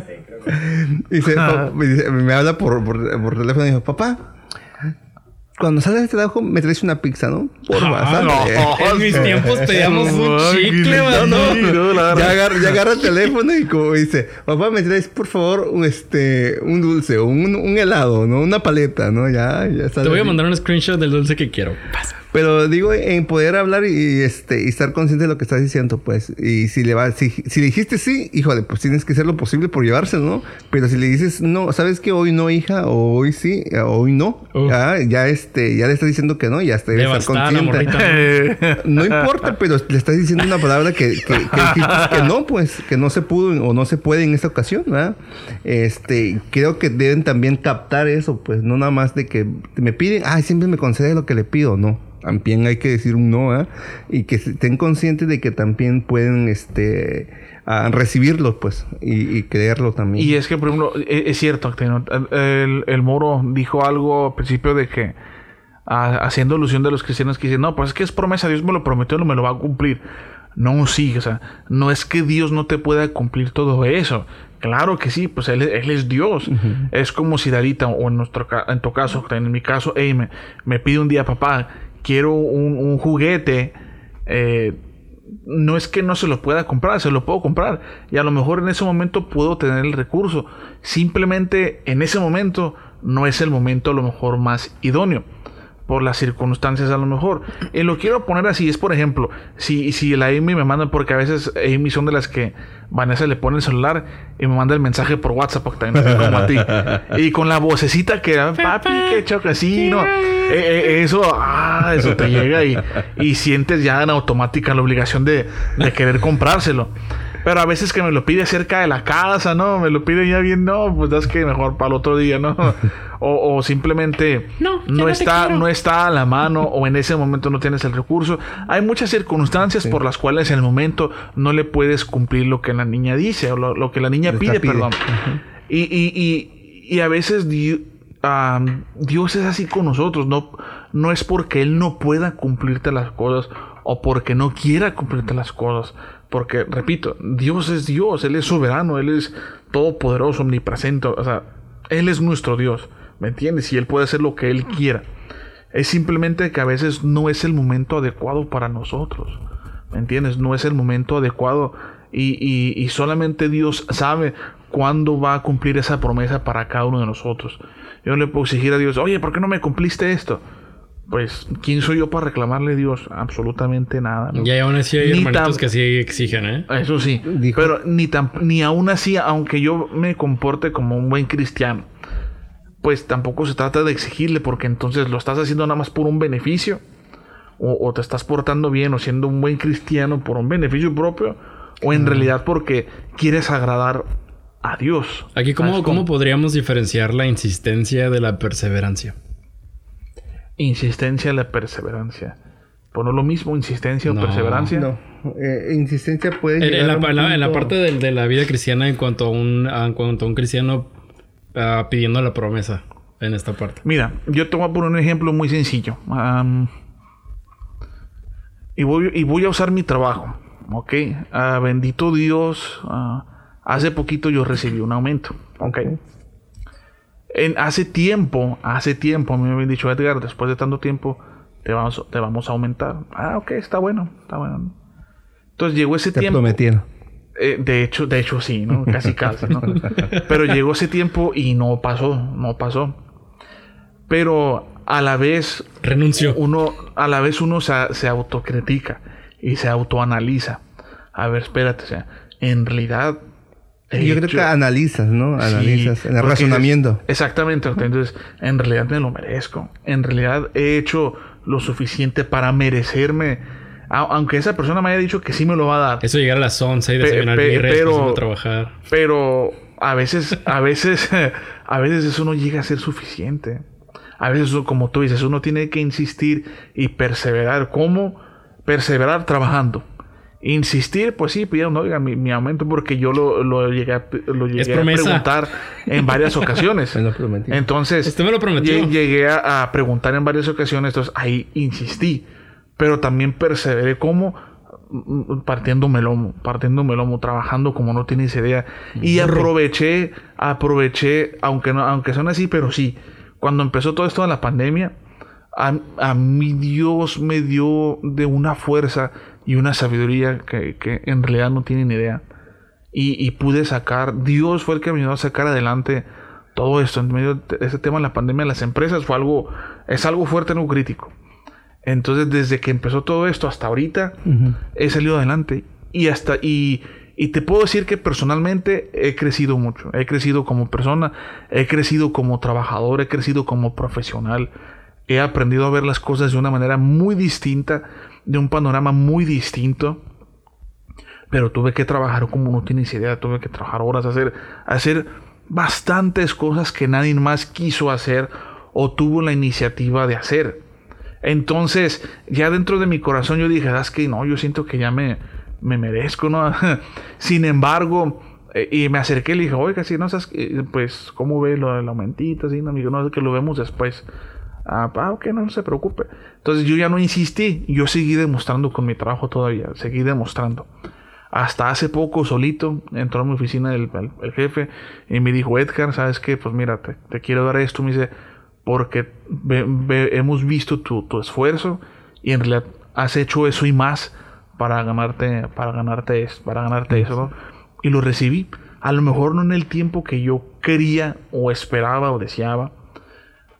Dice, me, dice, me habla por, por, por teléfono y dijo, papá, cuando sales de trabajo me traes una pizza, ¿no? Porfa, ah, no, en mis tiempos pedíamos un chicle, no, no, no. Ya, agarra, ya agarra el teléfono y como dice, papá, me traes por favor un este un dulce o un, un helado, ¿no? Una paleta, ¿no? Ya, ya te voy a mandar un screenshot del dulce que quiero. Pasa. Pero digo, en poder hablar y este y estar consciente de lo que estás diciendo, pues. Y si le va, si, si le dijiste sí, híjole, pues tienes que hacer lo posible por llevárselo, ¿no? Pero si le dices no, ¿sabes qué? Hoy no, hija, o hoy sí, o hoy no. Uh. Ya, ya este, ya le estás diciendo que no, ya está, debe estar consciente. No importa, pero le estás diciendo una palabra que, que, que dijiste que no, pues, que no se pudo o no se puede en esta ocasión, ¿verdad? Este, creo que deben también captar eso, pues, no nada más de que me piden, ay, siempre me concede lo que le pido, no. También hay que decir un no, ¿eh? Y que estén conscientes de que también pueden este a recibirlo, pues, y, y creerlo también. Y es que, por ejemplo, es, es cierto, el, el Moro dijo algo al principio de que, a, haciendo alusión de los cristianos que dicen, no, pues es que es promesa, Dios me lo prometió, no me lo va a cumplir. No, sí, o sea, no es que Dios no te pueda cumplir todo eso. Claro que sí, pues Él, él es Dios. Uh-huh. Es como si Darita, o en, nuestro, en tu caso, en mi caso, hey, me, me pide un día, papá, quiero un, un juguete, eh, no es que no se lo pueda comprar, se lo puedo comprar. Y a lo mejor en ese momento puedo tener el recurso. Simplemente en ese momento no es el momento a lo mejor más idóneo. por las circunstancias a lo mejor. Y lo quiero poner así, es por ejemplo, si, si la Amy me manda, porque a veces Amy son de las que Vanessa le pone el celular y me manda el mensaje por WhatsApp, porque también no sé como a ti. Y con la vocecita que, papi, que choca, sí, no. Eh, eh, eso, ah, eso te llega y, y sientes ya en automática la obligación de, de querer comprárselo. Pero a veces que me lo pide cerca de la casa, ¿no? Me lo pide ya bien, no, pues es que mejor para el otro día, ¿no? O, o simplemente no, no, no está no está a la mano o en ese momento no tienes el recurso. Hay muchas circunstancias sí. por las cuales en el momento no le puedes cumplir lo que la niña dice o lo, lo que la niña pide, pide, perdón. Uh-huh. Y, y, y, y a veces Dios, um, Dios es así con nosotros. No, no es porque Él no pueda cumplirte las cosas o porque no quiera cumplirte las cosas. Porque, repito, Dios es Dios, Él es soberano, Él es todopoderoso, omnipresente. O sea, Él es nuestro Dios, ¿me entiendes? Y Él puede hacer lo que Él quiera. Es simplemente que a veces no es el momento adecuado para nosotros, ¿me entiendes? No es el momento adecuado y, y, y solamente Dios sabe cuándo va a cumplir esa promesa para cada uno de nosotros. Yo no le puedo exigir a Dios, oye, ¿por qué no me cumpliste esto? Pues, ¿quién soy yo para reclamarle a Dios? Absolutamente nada, ¿no? Y aún así hay ni hermanitos tan... que sí exigen, ¿eh? Eso sí. Dijo. Pero ni, tan... ni aún así, aunque yo me comporte como un buen cristiano, pues tampoco se trata de exigirle, porque entonces lo estás haciendo nada más por un beneficio. O, o te estás portando bien o siendo un buen cristiano por un beneficio propio. O en mm. realidad porque quieres agradar a Dios. Aquí, ¿cómo, ¿cómo podríamos diferenciar la insistencia de la perseverancia? Insistencia y la perseverancia. ¿Pues no es lo mismo insistencia no, o perseverancia? No, eh, insistencia puede en, llegar en, la, a un en, la, punto... en la parte de, de la vida cristiana en cuanto a un, en cuanto a un cristiano uh, pidiendo la promesa en esta parte. Mira, yo te voy a poner un ejemplo muy sencillo. Um, y, voy, y voy a usar mi trabajo. ¿Ok? Uh, bendito Dios. Uh, hace poquito yo recibí un aumento. ¿Ok? En, hace tiempo, hace tiempo, a mí me habían dicho, Edgar, después de tanto tiempo, te vamos, te vamos a aumentar. Ah, ok, está bueno, está bueno. Entonces llegó ese te tiempo. Te prometieron. Eh, de hecho, de hecho sí, ¿no? Casi casi, ¿no? Pero llegó ese tiempo y no pasó, no pasó. Pero a la vez... Renunció. Uno, a la vez uno se, se autocritica y se autoanaliza. A ver, espérate, o sea, en realidad... Yo hecho, creo que analizas, ¿no? Analizas sí, en el razonamiento. Es, exactamente. Entonces, en realidad me lo merezco. En realidad he hecho lo suficiente para merecerme. Aunque esa persona me haya dicho que sí me lo va a dar. Eso llegar a las once y desayunar pe, birra, pero, a trabajar. Pero a veces, a veces, a veces eso no llega a ser suficiente. A veces, como tú dices, uno tiene que insistir y perseverar. ¿Cómo? Perseverar trabajando. Insistir, pues sí, pidieron, oiga, mi, mi aumento, porque yo lo, lo llegué, a, lo llegué a preguntar en varias ocasiones. Me lo prometí. Entonces, usted me lo prometió. Llegué a, a preguntar en varias ocasiones, entonces ahí insistí. Pero también perseveré como partiéndome lomo, partiéndome lomo, trabajando como no tienes idea. Y aproveché, aproveché, aunque no, aunque son así, pero sí. Cuando empezó todo esto de la pandemia, a, a mí Dios me dio de una fuerza y una sabiduría que, que en realidad no tienen idea. Y, y pude sacar, Dios fue el que me ayudó a sacar adelante todo esto. En medio de este tema de la pandemia, las empresas fue algo, es algo fuerte, algo crítico. Entonces, desde que empezó todo esto hasta ahorita, uh-huh. he salido adelante. Y hasta, y, y te puedo decir que personalmente he crecido mucho. He crecido como persona, he crecido como trabajador, he crecido como profesional. He aprendido a ver las cosas de una manera muy distinta, de un panorama muy distinto. Pero tuve que trabajar como no tienes idea. Tuve que trabajar horas, hacer, hacer bastantes cosas que nadie más quiso hacer o tuvo la iniciativa de hacer. Entonces, ya dentro de mi corazón yo dije, es que no, yo siento que ya me, me merezco, ¿no? Sin embargo, eh, y me acerqué y le dije, oiga, si no sabes, pues, ¿cómo ve lo del aumentito? Así, no, amigo, no, es que lo vemos después. Ah, ok, no, no se preocupe. Entonces yo ya no insistí, yo seguí demostrando con mi trabajo todavía, seguí demostrando. Hasta hace poco, solito, entró a mi oficina el, el, el jefe y me dijo, Edgar, ¿sabes qué? Pues mira, te, te quiero dar esto. Me dice, porque ve, ve, hemos visto tu, tu esfuerzo y en realidad has hecho eso y más para ganarte, para ganarte eso, para ganarte eso, ¿no? Y lo recibí. A lo mejor no en el tiempo que yo quería o esperaba o deseaba,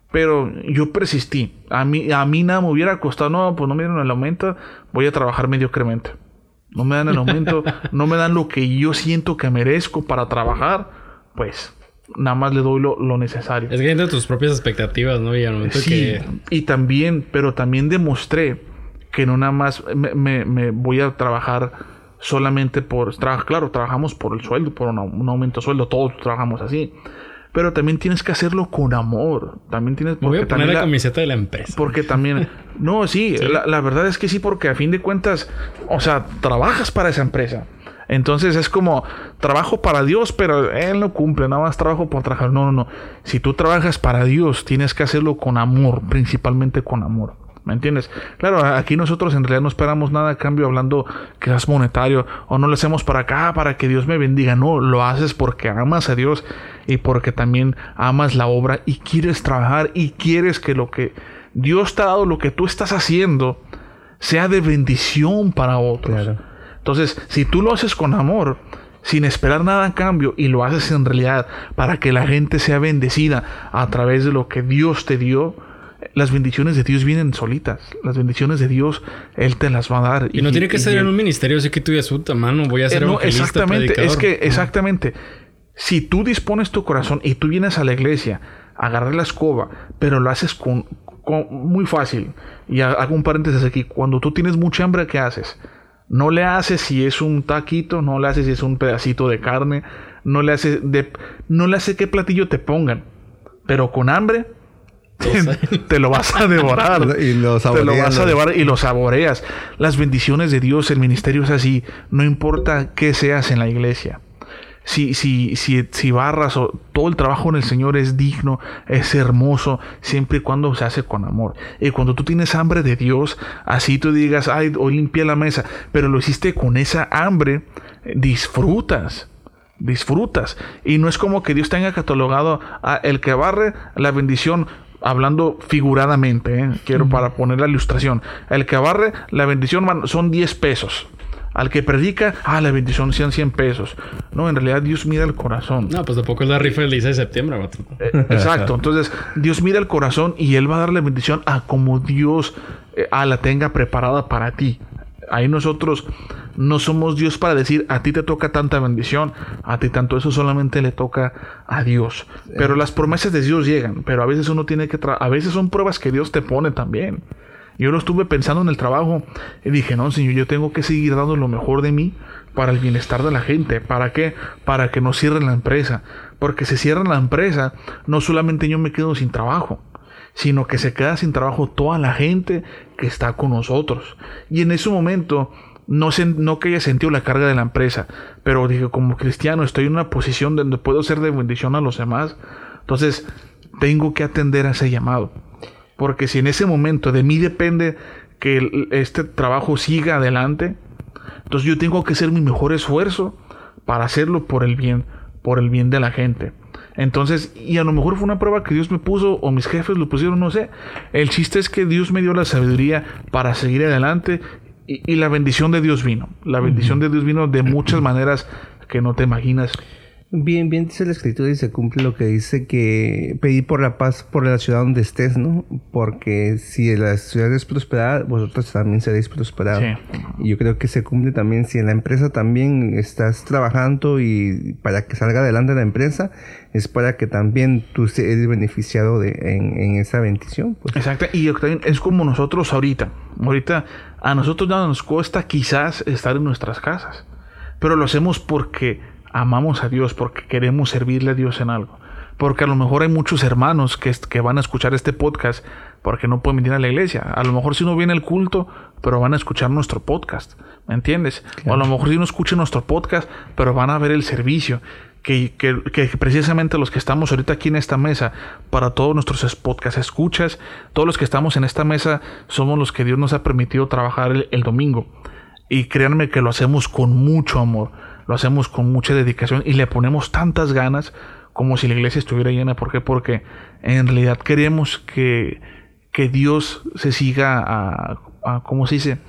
Pero yo persistí. A mí, a mí nada me hubiera costado. No, pues no me dieron el aumento. Voy a trabajar mediocremente. No me dan el aumento. No me dan lo que yo siento que merezco para trabajar. Pues nada más le doy lo, lo necesario. Es que entre tus propias expectativas, ¿no? Y al momento sí, que... y también, pero también demostré que no nada más me, me, me voy a trabajar solamente por... Tra- claro, trabajamos por el sueldo, por un, un aumento de sueldo. Todos trabajamos así. Pero también tienes que hacerlo con amor. También tienes... Me voy a poner la, la camiseta de la empresa. Porque también... No, sí, ¿sí? La, la verdad es que sí, porque a fin de cuentas... O sea, trabajas para esa empresa. Entonces es como... Trabajo para Dios, pero Él no cumple. Nada más trabajo por trabajar. No, no, no. Si tú trabajas para Dios, tienes que hacerlo con amor. Principalmente con amor. ¿Me entiendes? Claro, aquí nosotros en realidad no esperamos nada a cambio hablando que es monetario o no lo hacemos para acá, para que Dios me bendiga. No, lo haces porque amas a Dios y porque también amas la obra y quieres trabajar y quieres que lo que Dios te ha dado, lo que tú estás haciendo, sea de bendición para otros. Claro. Entonces, si tú lo haces con amor, sin esperar nada a cambio y lo haces en realidad para que la gente sea bendecida a través de lo que Dios te dio, las bendiciones de Dios vienen solitas. Las bendiciones de Dios, Él te las va a dar. Y, y no tiene que y, ser y en un ministerio, así que tú ya su mano, voy a ser eh, no, evangelista, exactamente, predicador. Es que, exactamente. Si tú dispones tu corazón y tú vienes a la iglesia a agarrar la escoba, pero lo haces con, con muy fácil. Y hago un paréntesis aquí. Cuando tú tienes mucha hambre, ¿qué haces? No le haces si es un taquito, no le haces si es un pedacito de carne, no le haces de, no le haces qué platillo te pongan. Pero con hambre... Te, te lo vas a devorar y lo te lo vas a devorar y lo saboreas. Las bendiciones de Dios, el ministerio es así. No importa qué seas en la iglesia. Si, si, si, si barras o todo el trabajo en el Señor es digno, es hermoso, siempre y cuando se hace con amor. Y cuando tú tienes hambre de Dios, así tú digas, ay, hoy limpié la mesa, pero lo hiciste con esa hambre, disfrutas. Disfrutas. Y no es como que Dios tenga catalogado a el que barre la bendición. Hablando figuradamente, ¿eh? Quiero uh-huh. para poner la ilustración. El que barre, la bendición son diez pesos. Al que predica, ah, la bendición son cien pesos. No, en realidad Dios mira el corazón. No, pues tampoco es la rifa del dieciséis de septiembre. ¿No? Eh, exacto. Entonces, Dios mira el corazón y Él va a dar la bendición a como Dios eh, a la tenga preparada para ti. Ahí nosotros no somos Dios para decir a ti te toca tanta bendición, a ti tanto. Eso solamente le toca a Dios. Pero las promesas de Dios llegan, pero a veces uno tiene que tra- a veces son pruebas que Dios te pone también. Yo lo estuve pensando en el trabajo y dije, no, Señor, yo tengo que seguir dando lo mejor de mí para el bienestar de la gente. ¿Para qué? Para que no cierren la empresa. Porque si cierran la empresa, no solamente yo me quedo sin trabajo, sino que se queda sin trabajo toda la gente que está con nosotros. Y en ese momento, no, se, no que haya sentido la carga de la empresa, pero dije, como cristiano, estoy en una posición donde puedo ser de bendición a los demás. Entonces, tengo que atender a ese llamado. Porque si en ese momento de mí depende que el, este trabajo siga adelante, entonces yo tengo que hacer mi mejor esfuerzo para hacerlo por el bien, por el bien de la gente. Entonces, y a lo mejor fue una prueba que Dios me puso o mis jefes lo pusieron, no sé. El chiste es que Dios me dio la sabiduría para seguir adelante y, y la bendición de Dios vino. La bendición de Dios vino de muchas maneras que no te imaginas. Bien, bien dice la escritura y se cumple lo que dice, que pedí por la paz por la ciudad donde estés, ¿no? Porque si la ciudad es prosperada, vosotros también seréis prosperados. Sí. Y yo creo que se cumple también si en la empresa también estás trabajando y para que salga adelante la empresa, es para que también tú eres beneficiado de, en, en esa bendición. Pues. Exacto. Y también es como nosotros ahorita. Ahorita a nosotros ya nos cuesta quizás estar en nuestras casas, pero lo hacemos porque amamos a Dios, porque queremos servirle a Dios en algo. Porque a lo mejor hay muchos hermanos que, que van a escuchar este podcast porque no pueden venir a la iglesia. A lo mejor si no viene el culto, pero van a escuchar nuestro podcast. ¿Me entiendes? Claro. O a lo mejor si no escuchan nuestro podcast, pero van a ver el servicio. Que, que, que precisamente los que estamos ahorita aquí en esta mesa, para todos nuestros podcast escuchas, todos los que estamos en esta mesa, somos los que Dios nos ha permitido trabajar el, el domingo. Y créanme que lo hacemos con mucho amor. Lo hacemos con mucha dedicación y le ponemos tantas ganas como si la iglesia estuviera llena. ¿Por qué? Porque en realidad queremos que, que Dios se siga, a, a, ¿cómo se dice?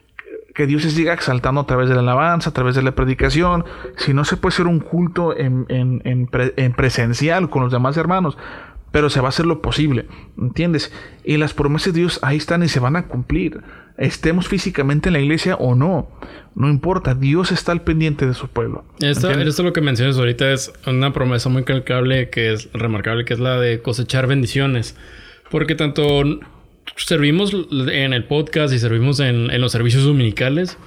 Que Dios se siga exaltando a través de la alabanza, a través de la predicación. Si no se puede hacer un culto en, en, en, pre, en presencial con los demás hermanos, pero se va a hacer lo posible, ¿entiendes? Y las promesas de Dios ahí están y se van a cumplir. Estemos físicamente en la iglesia o no, no importa, Dios está al pendiente de su pueblo. Esto, esto lo que mencionas ahorita es una promesa muy calcable, que es remarcable, que es la de cosechar bendiciones. Porque tanto servimos en el podcast y servimos en, en los servicios dominicales,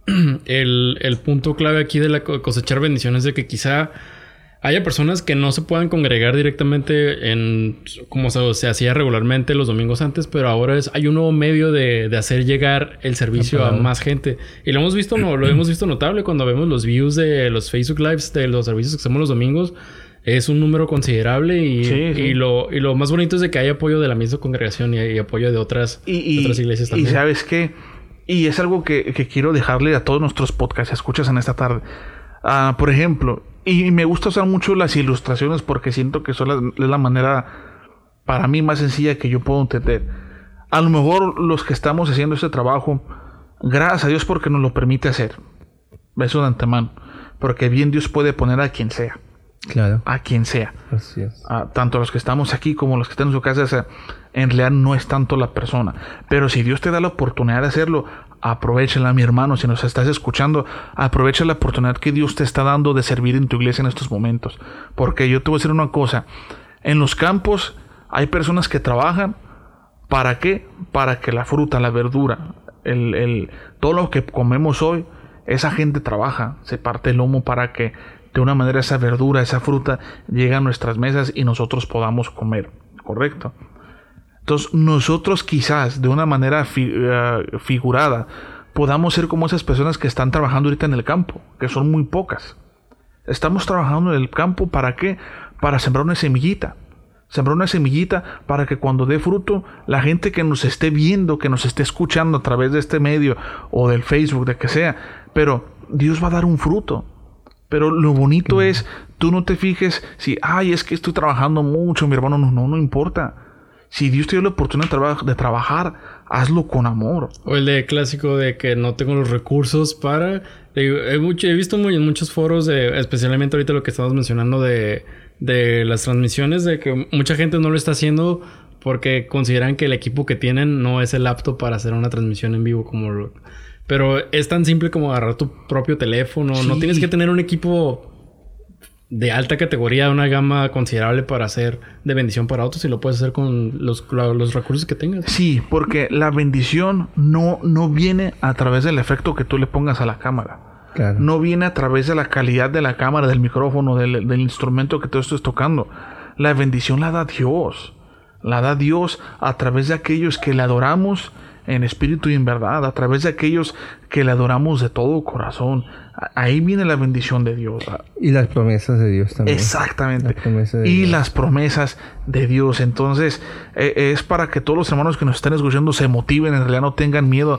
el, el punto clave aquí de la cosechar bendiciones es de que quizá haya personas que no se puedan congregar directamente en como se, se hacía regularmente los domingos antes, pero ahora es, hay un nuevo medio de, de hacer llegar el servicio a más gente. Y lo hemos visto, no, lo hemos visto notable cuando vemos los views de los Facebook Lives de los servicios que hacemos los domingos. Es un número considerable y, sí, sí. y, lo, y lo más bonito es de que hay apoyo de la misma congregación y, y apoyo de otras, y, y, de otras iglesias también. Y ¿sabes qué? Y es algo que, que quiero dejarle a todos nuestros podcasts, escuchas en esta tarde. Uh, por ejemplo, y me gusta usar mucho las ilustraciones porque siento que son la, es la manera para mí más sencilla que yo puedo entender. A lo mejor los que estamos haciendo este trabajo, gracias a Dios porque nos lo permite hacer. Eso de antemano. Porque bien Dios puede poner a quien sea. Claro. A quien sea. Así es. A, tanto los que estamos aquí como los que están en su casa. O sea, en realidad no es tanto la persona. Pero si Dios te da la oportunidad de hacerlo, aprovéchala, mi hermano. Si nos estás escuchando, aprovecha la oportunidad que Dios te está dando de servir en tu iglesia en estos momentos. Porque yo te voy a decir una cosa. En los campos hay personas que trabajan. ¿Para qué? Para que la fruta, la verdura, el, el, todo lo que comemos hoy, esa gente trabaja. Se parte el lomo para que de una manera esa verdura, esa fruta llegue a nuestras mesas y nosotros podamos comer. ¿Correcto? Entonces nosotros quizás de una manera fi, uh, figurada podamos ser como esas personas que están trabajando ahorita en el campo, que son muy pocas. Estamos trabajando en el campo ¿para qué? Para sembrar una semillita. Sembrar una semillita para que cuando dé fruto, la gente que nos esté viendo, que nos esté escuchando a través de este medio o del Facebook, de que sea, pero Dios va a dar un fruto. Pero lo bonito mm. es, tú no te fijes si, ay, es que estoy trabajando mucho, mi hermano, no, no, no importa. Si Dios te dio la oportunidad de, traba- de trabajar, hazlo con amor. O el de clásico de que no tengo los recursos para... He, mucho, he visto muy, en muchos foros, de, especialmente ahorita lo que estamos mencionando de, de las transmisiones, de que mucha gente no lo está haciendo porque consideran que el equipo que tienen no es el apto para hacer una transmisión en vivo como... Lo, pero es tan simple como agarrar tu propio teléfono. Sí. No tienes que tener un equipo de alta categoría, una gama considerable para hacer de bendición para otros, y lo puedes hacer con los, los recursos que tengas. Sí, porque la bendición no, no viene a través del efecto que tú le pongas a la cámara. Claro. No viene a través de la calidad de la cámara, del micrófono, del, del instrumento que tú estés tocando. La bendición la da Dios. La da Dios a través de aquellos que le adoramos en espíritu y en verdad, a través de aquellos que le adoramos de todo corazón. Ahí viene la bendición de Dios. Y las promesas de Dios también. Exactamente. Las de y Dios. Las promesas de Dios. Entonces, eh, es para que todos los hermanos que nos están escuchando se motiven, en realidad no tengan miedo.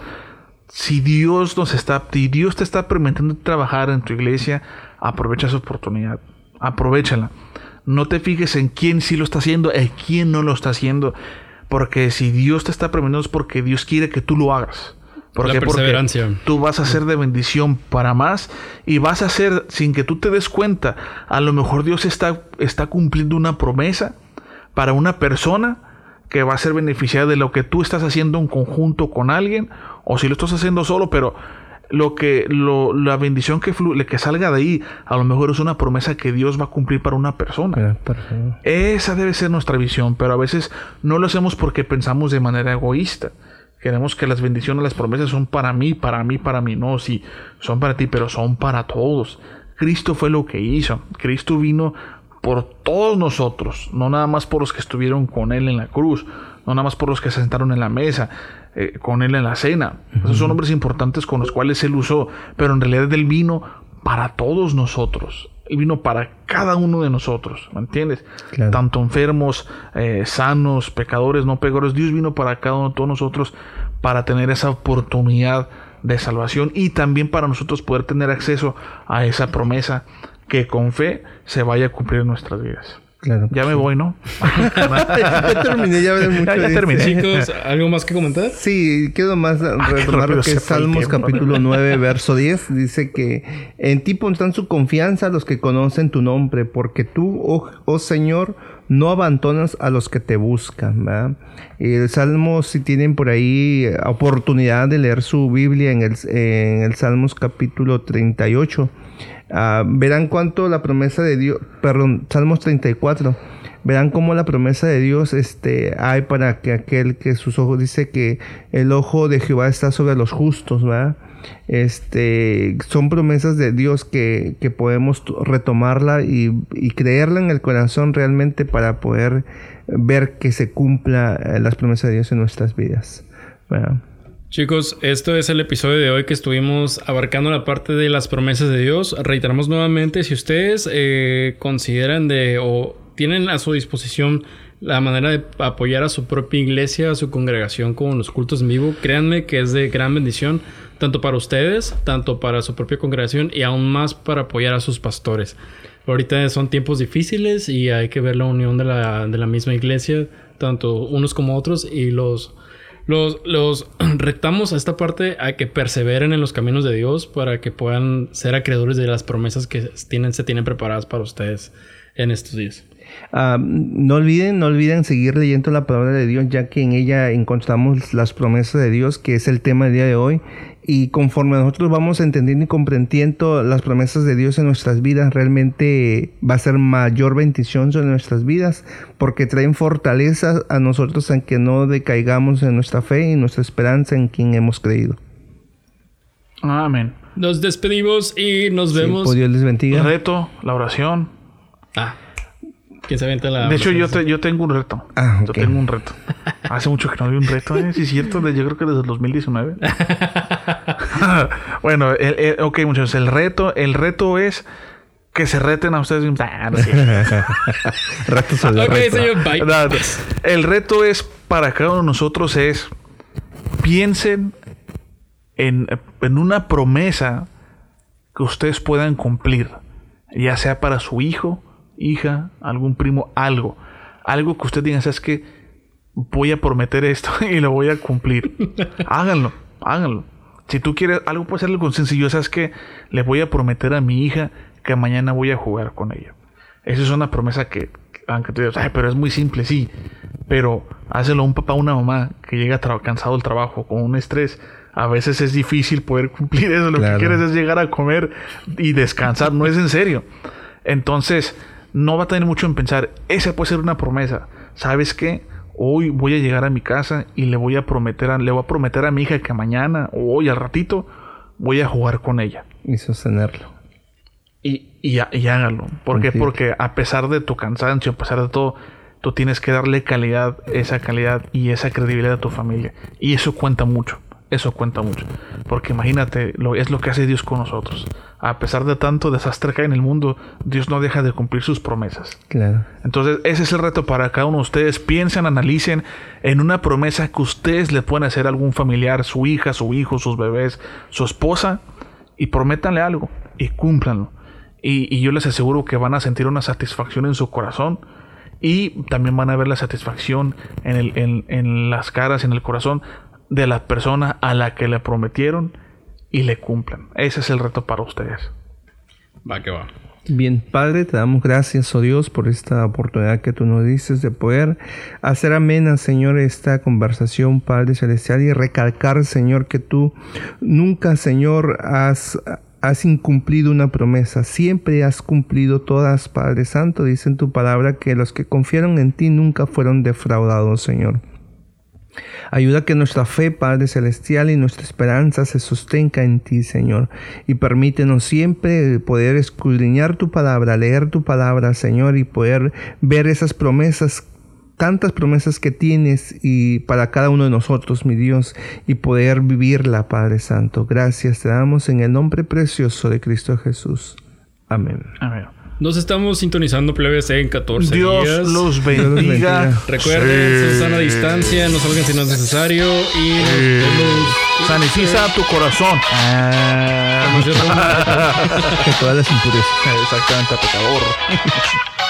Si Dios nos está, si Dios te está permitiendo trabajar en tu iglesia, aprovecha esa oportunidad. Aprovéchala. No te fijes en quién sí lo está haciendo, en quién no lo está haciendo. Porque si Dios te está premiando es porque Dios quiere que tú lo hagas. ¿Por La qué? perseverancia. Porque tú vas a ser de bendición para más y vas a hacer sin que tú te des cuenta. A lo mejor Dios está, está cumpliendo una promesa para una persona que va a ser beneficiada de lo que tú estás haciendo en conjunto con alguien, o si lo estás haciendo solo, pero lo que lo, la bendición que, flu, que salga de ahí a lo mejor es una promesa que Dios va a cumplir para una persona. Esa debe ser nuestra visión, pero a veces no lo hacemos porque pensamos de manera egoísta. Queremos que las bendiciones, las promesas son para mí, para mí, para mí. No, sí, son para ti, pero son para todos. Cristo fue lo que hizo. Cristo vino por todos nosotros, no nada más por los que estuvieron con Él en la cruz, no nada más por los que se sentaron en la mesa, eh, con Él en la cena. Uh-huh. Esos son hombres importantes con los cuales Él usó, pero en realidad Él vino para todos nosotros. Él vino para cada uno de nosotros, ¿me entiendes? Claro. Tanto enfermos, eh, sanos, pecadores, no pecadores. Dios vino para cada uno de todos nosotros para tener esa oportunidad de salvación y también para nosotros poder tener acceso a esa promesa que con fe se vaya a cumplir en nuestras vidas. Claro. Ya me voy, ¿no? ya terminé, ya hablé mucho. Ya, ya de terminé. este. Chicos, ¿algo más que comentar? Sí, quiero más retomar rápido lo que se es fue el Salmos tiempo. capítulo nueve, verso diez. Dice que en ti pondrán su confianza los que conocen tu nombre, porque tú, oh, oh Señor, no abandonas a los que te buscan, ¿verdad? Y el Salmo, si tienen por ahí oportunidad de leer su Biblia en el, en el Salmos capítulo treinta y ocho, uh, verán cuánto la promesa de Dios, perdón, Salmos treinta y cuatro, verán cómo la promesa de Dios este, hay para que aquel que sus ojos, dice que el ojo de Jehová está sobre los justos, ¿verdad? Este, son promesas de Dios que, que podemos retomarla y, y creerla en el corazón realmente para poder ver que se cumpla las promesas de Dios en nuestras vidas, ¿verdad? Chicos, esto es el episodio de hoy que estuvimos abarcando la parte de las promesas de Dios. Reiteramos nuevamente, si ustedes eh, consideran de o tienen a su disposición la manera de apoyar a su propia iglesia, a su congregación con los cultos en vivo, créanme que es de gran bendición, tanto para ustedes, tanto para su propia congregación y aún más para apoyar a sus pastores. Ahorita son tiempos difíciles y hay que ver la unión de la, de la misma iglesia, tanto unos como otros, y los, los, los retamos a esta parte a que perseveren en los caminos de Dios para que puedan ser acreedores de las promesas que tienen, se tienen preparadas para ustedes en estos días. Uh, no olviden, no olviden seguir leyendo la palabra de Dios, ya que en ella encontramos las promesas de Dios, que es el tema del día de hoy. Y conforme nosotros vamos entendiendo y comprendiendo las promesas de Dios en nuestras vidas, realmente va a ser mayor bendición sobre nuestras vidas, porque traen fortaleza a nosotros en que no decaigamos en nuestra fe y nuestra esperanza en quien hemos creído. Amén. Nos despedimos y nos vemos. Sí, pues Dios les bendiga. El reto, la oración. Ah. ¿Quién se avienta la...? De hecho, yo, te, yo tengo un reto. Ah, Yo okay. tengo un reto. Hace mucho que no había un reto, ¿eh? Sí, es cierto. de- Yo creo que desde el dos mil diecinueve. Bueno, el, el- ok, muchachos. El reto, el reto es que se reten a ustedes mismos. Ah, no sé. Reto sobre Ok, reto. señor, bye. No, no. El reto es para cada uno de nosotros es piensen en, en una promesa que ustedes puedan cumplir, ya sea para su hijo, hija, algún primo, algo. Algo que usted diga, ¿sabes qué? Voy a prometer esto y lo voy a cumplir. Háganlo, háganlo. Si tú quieres, algo puede ser algo sencillo, ¿sabes qué? Le voy a prometer a mi hija que mañana voy a jugar con ella. Esa es una promesa que, aunque tú digas, ay, pero es muy simple, sí. Pero hácelo a un papá o una mamá que llega tra- cansado del trabajo, con un estrés. A veces es difícil poder cumplir eso. Lo Claro. que quieres es llegar a comer y descansar. No es en serio. Entonces, no va a tener mucho en pensar. Esa puede ser una promesa. ¿Sabes qué? Hoy voy a llegar a mi casa y le voy a prometer a, le voy a prometer a mi hija que mañana o hoy al ratito voy a jugar con ella. Y sostenerlo. Y, y, há- y hágalo. ¿Por qué? Sí. Porque a pesar de tu cansancio, a pesar de todo, tú tienes que darle calidad, esa calidad y esa credibilidad a tu familia. Y eso cuenta mucho. Eso cuenta mucho. Porque imagínate, lo, es lo que hace Dios con nosotros. A pesar de tanto desastre que hay en el mundo, Dios no deja de cumplir sus promesas. Claro. Entonces, ese es el reto para cada uno de ustedes. Piensen, analicen en una promesa que ustedes le pueden hacer a algún familiar, su hija, su hijo, sus bebés, su esposa, y prométanle algo y cúmplanlo. Y, y yo les aseguro que van a sentir una satisfacción en su corazón y también van a ver la satisfacción en, el, en, en las caras, en el corazón de la persona a la que le prometieron y le cumplan. Ese es el reto para ustedes. Va que va. Bien, Padre, te damos gracias, oh Dios, por esta oportunidad que tú nos dices de poder hacer amena, Señor, esta conversación, Padre Celestial, y recalcar, Señor, que tú nunca, Señor, has, has incumplido una promesa. Siempre has cumplido todas, Padre Santo. Dice en tu palabra que los que confiaron en ti nunca fueron defraudados, Señor. Ayuda que nuestra fe, Padre Celestial, y nuestra esperanza se sostenga en ti, Señor. Y permítenos siempre poder escudriñar tu palabra, leer tu palabra, Señor, y poder ver esas promesas, tantas promesas que tienes y para cada uno de nosotros, mi Dios, y poder vivirla, Padre Santo. Gracias te damos en el nombre precioso de Cristo Jesús. Amén. Amén. Nos estamos sintonizando, plebes, en catorce Dios días. los Dios los bendiga. bendiga. Recuerden, su sana distancia, no salgan si no es necesario. Y nos vemos. Sanitiza tu corazón. Como cierto, Que todas las impurezas. Exactamente, pecador.